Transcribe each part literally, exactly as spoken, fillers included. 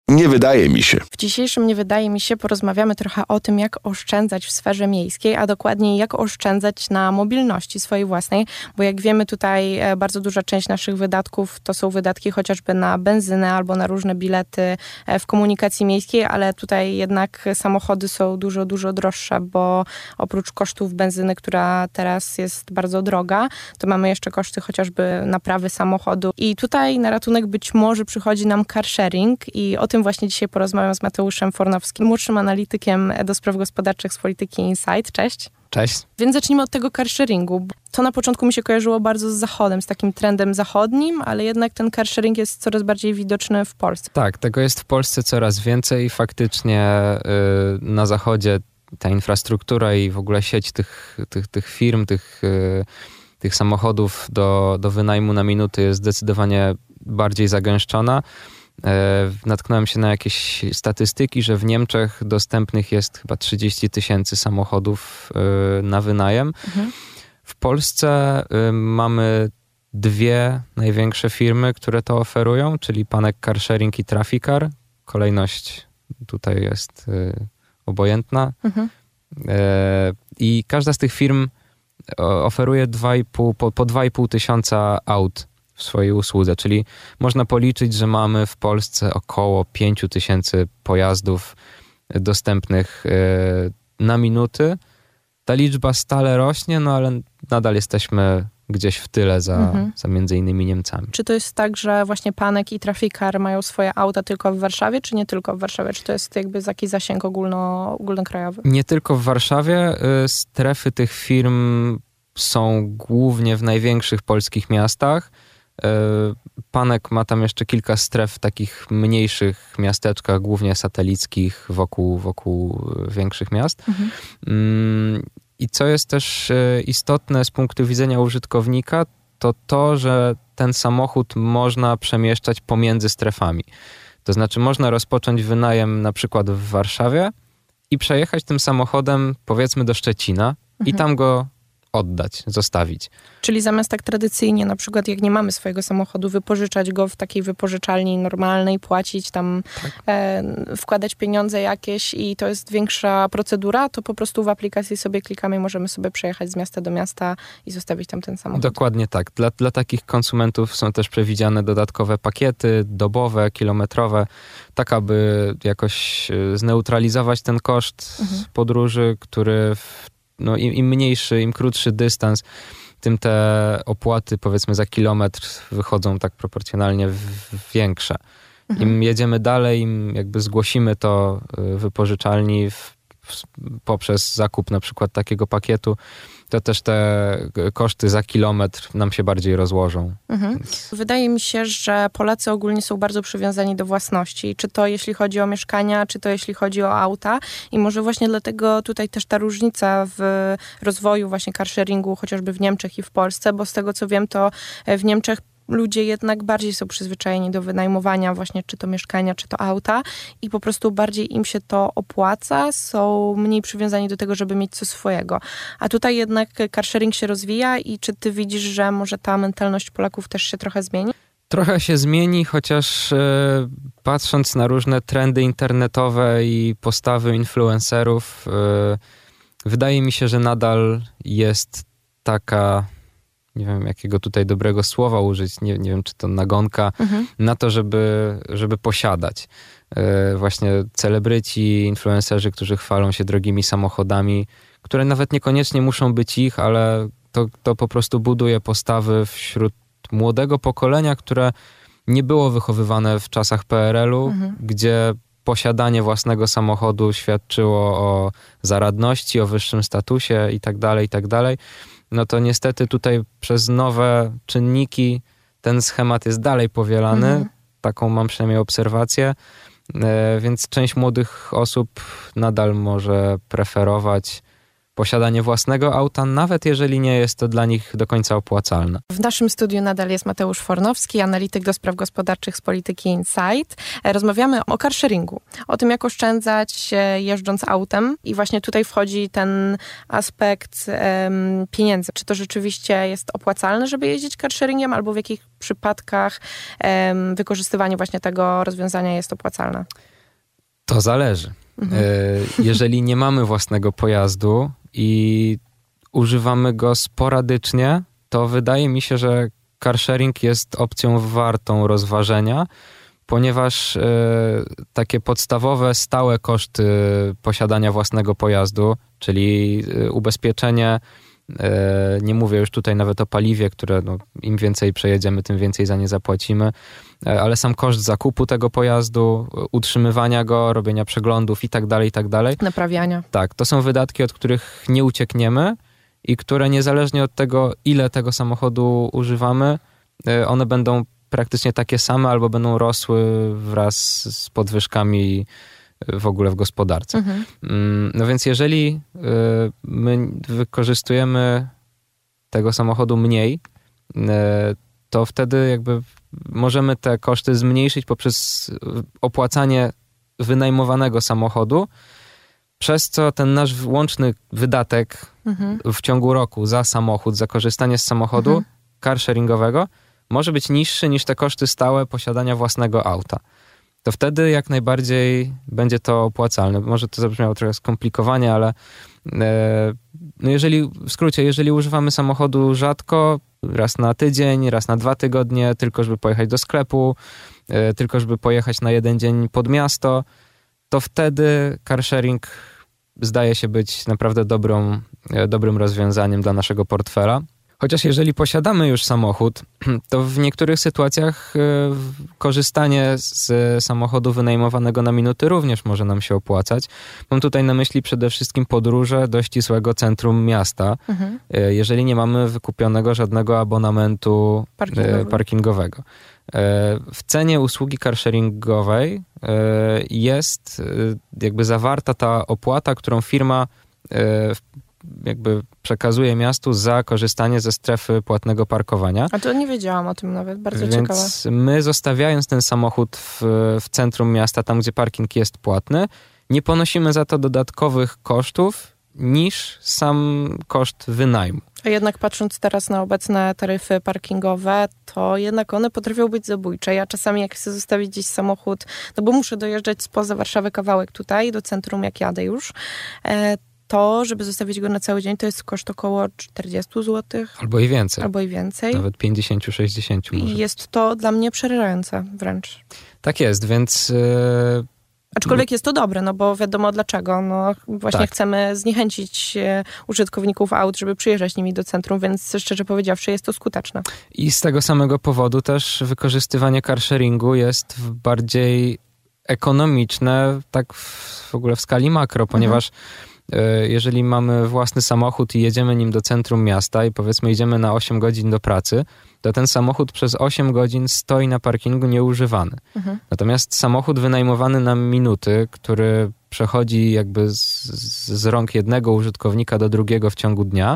Nie wydaje mi się. W dzisiejszym Nie wydaje mi się porozmawiamy trochę o tym, jak oszczędzać w sferze miejskiej, a dokładniej jak oszczędzać na mobilności swojej własnej, bo jak wiemy tutaj bardzo duża część naszych wydatków to są wydatki chociażby na benzynę albo na różne bilety w komunikacji miejskiej, ale tutaj jednak samochody są dużo, dużo droższe, bo oprócz kosztów benzyny, która teraz jest bardzo droga, to mamy jeszcze koszty chociażby naprawy samochodu i tutaj na ratunek być może przychodzi nam car sharing i o tym właśnie dzisiaj porozmawiam z Mateuszem Fornowskim, młodszym analitykiem do spraw gospodarczych z Polityki Insight. Cześć. Cześć. Więc zacznijmy od tego car sharingu. To na początku mi się kojarzyło bardzo z Zachodem, z takim trendem zachodnim, ale jednak ten car sharing jest coraz bardziej widoczny w Polsce. Tak, tego jest w Polsce coraz więcej i faktycznie yy, na Zachodzie ta infrastruktura i w ogóle sieć tych, tych, tych firm, tych, yy, tych samochodów do, do wynajmu na minuty jest zdecydowanie bardziej zagęszczona. Natknąłem się na jakieś statystyki, że w Niemczech dostępnych jest chyba trzydzieści tysięcy samochodów na wynajem. Mhm. W Polsce mamy dwie największe firmy, które to oferują, czyli Panek Car Sharing i Traficar. Kolejność tutaj jest obojętna. Mhm. I każda z tych firm oferuje dwa i pół, po, po dwa i pół tysiąca aut w swojej usłudze, czyli można policzyć, że mamy w Polsce około pięć tysięcy pojazdów dostępnych na minuty. Ta liczba stale rośnie, no ale nadal jesteśmy gdzieś w tyle za, mhm. za między innymi Niemcami. Czy to jest tak, że właśnie Panek i Traficar mają swoje auta tylko w Warszawie, czy nie tylko w Warszawie? Czy to jest jakby jakiś zasięg ogólno, ogólnokrajowy? Nie tylko w Warszawie. Strefy tych firm są głównie w największych polskich miastach. Panek ma tam jeszcze kilka stref w takich mniejszych miasteczkach, głównie satelickich, wokół, wokół większych miast. Mhm. I co jest też istotne z punktu widzenia użytkownika, to to, że ten samochód można przemieszczać pomiędzy strefami. To znaczy można rozpocząć wynajem na przykład w Warszawie i przejechać tym samochodem powiedzmy do Szczecina mhm. i tam go oddać, zostawić. Czyli zamiast tak tradycyjnie, na przykład jak nie mamy swojego samochodu, wypożyczać go w takiej wypożyczalni normalnej, płacić tam, tak. e, wkładać pieniądze jakieś i to jest większa procedura, to po prostu w aplikacji sobie klikamy i możemy sobie przejechać z miasta do miasta i zostawić tam ten samochód. Dokładnie tak. Dla, dla takich konsumentów są też przewidziane dodatkowe pakiety dobowe, kilometrowe, tak aby jakoś zneutralizować ten koszt mhm. podróży, który w No im, im mniejszy, im krótszy dystans, tym te opłaty powiedzmy za kilometr wychodzą tak proporcjonalnie w, w większe. Mhm. Im jedziemy dalej, im jakby zgłosimy to wypożyczalni w, w, poprzez zakup na przykład takiego pakietu, to też te koszty za kilometr nam się bardziej rozłożą. Mhm. Więc... Wydaje mi się, że Polacy ogólnie są bardzo przywiązani do własności. Czy to jeśli chodzi o mieszkania, czy to jeśli chodzi o auta. I może właśnie dlatego tutaj też ta różnica w rozwoju właśnie car sharingu, chociażby w Niemczech i w Polsce, bo z tego co wiem, to w Niemczech ludzie jednak bardziej są przyzwyczajeni do wynajmowania właśnie czy to mieszkania, czy to auta i po prostu bardziej im się to opłaca, są mniej przywiązani do tego, żeby mieć coś swojego. A tutaj jednak car sharing się rozwija i czy ty widzisz, że może ta mentalność Polaków też się trochę zmieni? Trochę się zmieni, chociaż e, patrząc na różne trendy internetowe i postawy influencerów, e, wydaje mi się, że nadal jest taka... nie wiem jakiego tutaj dobrego słowa użyć, nie, nie wiem czy to nagonka, mhm. na to, żeby, żeby posiadać. Yy, właśnie celebryci, influencerzy, którzy chwalą się drogimi samochodami, które nawet niekoniecznie muszą być ich, ale to, to po prostu buduje postawy wśród młodego pokolenia, które nie było wychowywane w czasach P R L u, mhm. gdzie posiadanie własnego samochodu świadczyło o zaradności, o wyższym statusie i tak dalej, i tak dalej. No to niestety tutaj przez nowe czynniki ten schemat jest dalej powielany. Mhm. Taką mam przynajmniej obserwację. Więc część młodych osób nadal może preferować posiadanie własnego auta, nawet jeżeli nie jest to dla nich do końca opłacalne. W naszym studiu nadal jest Mateusz Fornowski, analityk do spraw gospodarczych z Polityki Insight. Rozmawiamy o carsharingu, o tym, jak oszczędzać jeżdżąc autem i właśnie tutaj wchodzi ten aspekt um, pieniędzy. Czy to rzeczywiście jest opłacalne, żeby jeździć carsharingiem, albo w jakich przypadkach um, wykorzystywanie właśnie tego rozwiązania jest opłacalne? To zależy. Mhm. Jeżeli nie mamy własnego pojazdu i używamy go sporadycznie, to wydaje mi się, że carsharing jest opcją wartą rozważenia, ponieważ y, takie podstawowe, stałe koszty posiadania własnego pojazdu, czyli y, ubezpieczenie, y, nie mówię już tutaj nawet o paliwie, które no, im więcej przejedziemy, tym więcej za nie zapłacimy, y, ale sam koszt zakupu tego pojazdu, utrzymywania go, robienia przeglądów i tak dalej, i tak dalej. Naprawiania. Tak, to są wydatki, od których nie uciekniemy i które niezależnie od tego, ile tego samochodu używamy, y, one będą praktycznie takie same albo będą rosły wraz z podwyżkami w ogóle w gospodarce. Mhm. No więc jeżeli my wykorzystujemy tego samochodu mniej, to wtedy jakby możemy te koszty zmniejszyć poprzez opłacanie wynajmowanego samochodu, przez co ten nasz łączny wydatek mhm. w ciągu roku za samochód, za korzystanie z samochodu mhm. carsharingowego może być niższy niż te koszty stałe posiadania własnego auta. To wtedy jak najbardziej będzie to opłacalne. Może to zabrzmiało trochę skomplikowanie, ale e, no jeżeli, w skrócie, jeżeli używamy samochodu rzadko, raz na tydzień, raz na dwa tygodnie, tylko żeby pojechać do sklepu, e, tylko żeby pojechać na jeden dzień pod miasto, to wtedy carsharing zdaje się być naprawdę dobrą, e, dobrym rozwiązaniem dla naszego portfela. Chociaż jeżeli posiadamy już samochód, to w niektórych sytuacjach y, korzystanie z samochodu wynajmowanego na minuty również może nam się opłacać. Mam tutaj na myśli przede wszystkim podróże do ścisłego centrum miasta, mhm. y, jeżeli nie mamy wykupionego żadnego abonamentu Parkingowy. y, parkingowego. Y, w cenie usługi carsharingowej y, jest y, jakby zawarta ta opłata, którą firma y, jakby przekazuje miastu za korzystanie ze strefy płatnego parkowania. A to nie wiedziałam o tym nawet, bardzo Więc ciekawe. Więc my zostawiając ten samochód w, w centrum miasta, tam gdzie parking jest płatny, nie ponosimy za to dodatkowych kosztów niż sam koszt wynajmu. A jednak patrząc teraz na obecne taryfy parkingowe, to jednak one potrafią być zabójcze. Ja czasami jak chcę zostawić gdzieś samochód, no bo muszę dojeżdżać spoza Warszawy kawałek tutaj, do centrum jak jadę już, e, to, żeby zostawić go na cały dzień, to jest koszt około czterdzieści złotych. Albo i więcej. Albo i więcej. Nawet pięćdziesiąt sześćdziesiąt może. I jest to dla mnie przerażające wręcz. Tak jest, więc... Yy... Aczkolwiek jest to dobre, no bo wiadomo dlaczego. No właśnie tak. Chcemy zniechęcić użytkowników aut, żeby przyjeżdżać nimi do centrum, więc szczerze powiedziawszy jest to skuteczne. I z tego samego powodu też wykorzystywanie carsharingu jest bardziej ekonomiczne, tak w ogóle w skali makro, ponieważ mhm. jeżeli mamy własny samochód i jedziemy nim do centrum miasta i powiedzmy idziemy na osiem godzin do pracy, to ten samochód przez osiem godzin stoi na parkingu nieużywany. Mhm. Natomiast samochód wynajmowany na minuty, który przechodzi jakby z, z rąk jednego użytkownika do drugiego w ciągu dnia,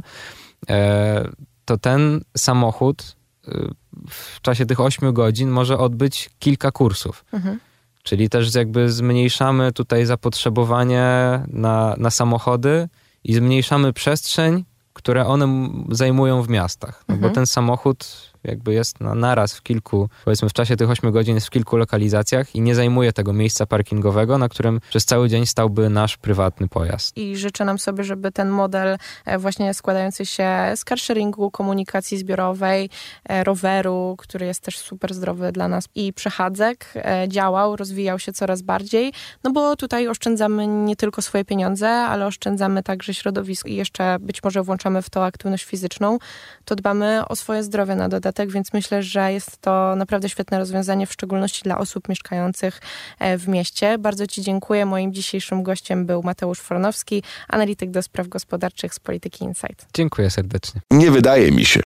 to ten samochód w czasie tych ośmiu godzin może odbyć kilka kursów. Mhm. Czyli też jakby zmniejszamy tutaj zapotrzebowanie na, na samochody i zmniejszamy przestrzeń, które one zajmują w miastach. No mhm. bo ten samochód jakby jest na naraz w kilku, powiedzmy w czasie tych ośmiu godzin jest w kilku lokalizacjach i nie zajmuje tego miejsca parkingowego, na którym przez cały dzień stałby nasz prywatny pojazd. I życzę nam sobie, żeby ten model właśnie składający się z carsharingu, komunikacji zbiorowej, roweru, który jest też super zdrowy dla nas i przechadzek, działał, rozwijał się coraz bardziej, no bo tutaj oszczędzamy nie tylko swoje pieniądze, ale oszczędzamy także środowisko i jeszcze być może włączamy w to aktywność fizyczną, to dbamy o swoje zdrowie na dodatek, więc myślę, że jest to naprawdę świetne rozwiązanie, w szczególności dla osób mieszkających w mieście. Bardzo Ci dziękuję. Moim dzisiejszym gościem był Mateusz Fornowski, analityk do spraw gospodarczych z Polityki Insight. Dziękuję serdecznie. Nie wydaje mi się.